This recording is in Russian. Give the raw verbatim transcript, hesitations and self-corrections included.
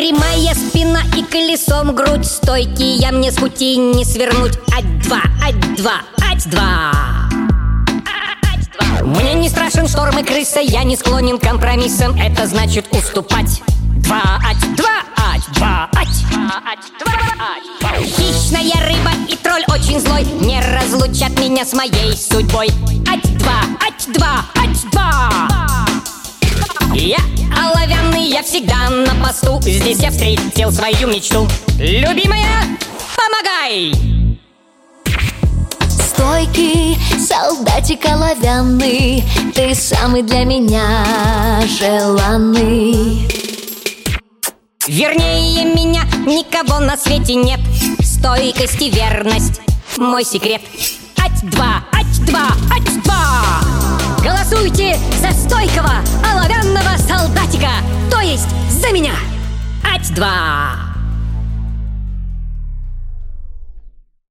Прямая спина и колесом грудь, стойки я мне с пути не свернуть. Ать-два, ать-два, ать-два. Мне не страшен шторм и крыса, я не склонен к компромиссам, это значит уступать. Два, ать, два, ать, два, ать, два, ать, два, ать. Хищная рыба и тролль очень злой не разлучат меня с моей судьбой. Ать, два, ать, два, ать, два. Я оловянный, я всегда на посту. Здесь я встретил свою мечту. Любимая, помогай! Стойкий солдатик оловянный, ты самый для меня желанный. Вернее меня никого на свете нет. Стойкость и верность — мой секрет. Ать-два, ать-два, ать-два. Голосуйте за стойкого оловянного солдатика, то есть за меня. Ать-два.